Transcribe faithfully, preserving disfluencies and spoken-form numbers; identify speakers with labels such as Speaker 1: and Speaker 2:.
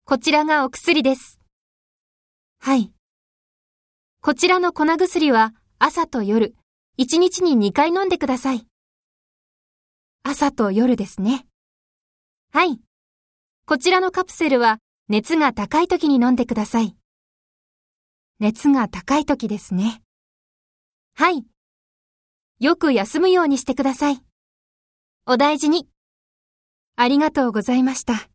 Speaker 1: こちらがお薬です。はい。こちらの粉薬は朝と夜、いちにちににかい飲んでください。朝と夜ですね。はい。こちらのカプセルは熱が高い時に飲んでください。熱が高い時ですね。はい。よく休むようにしてください。お大事に。ありがとうございました。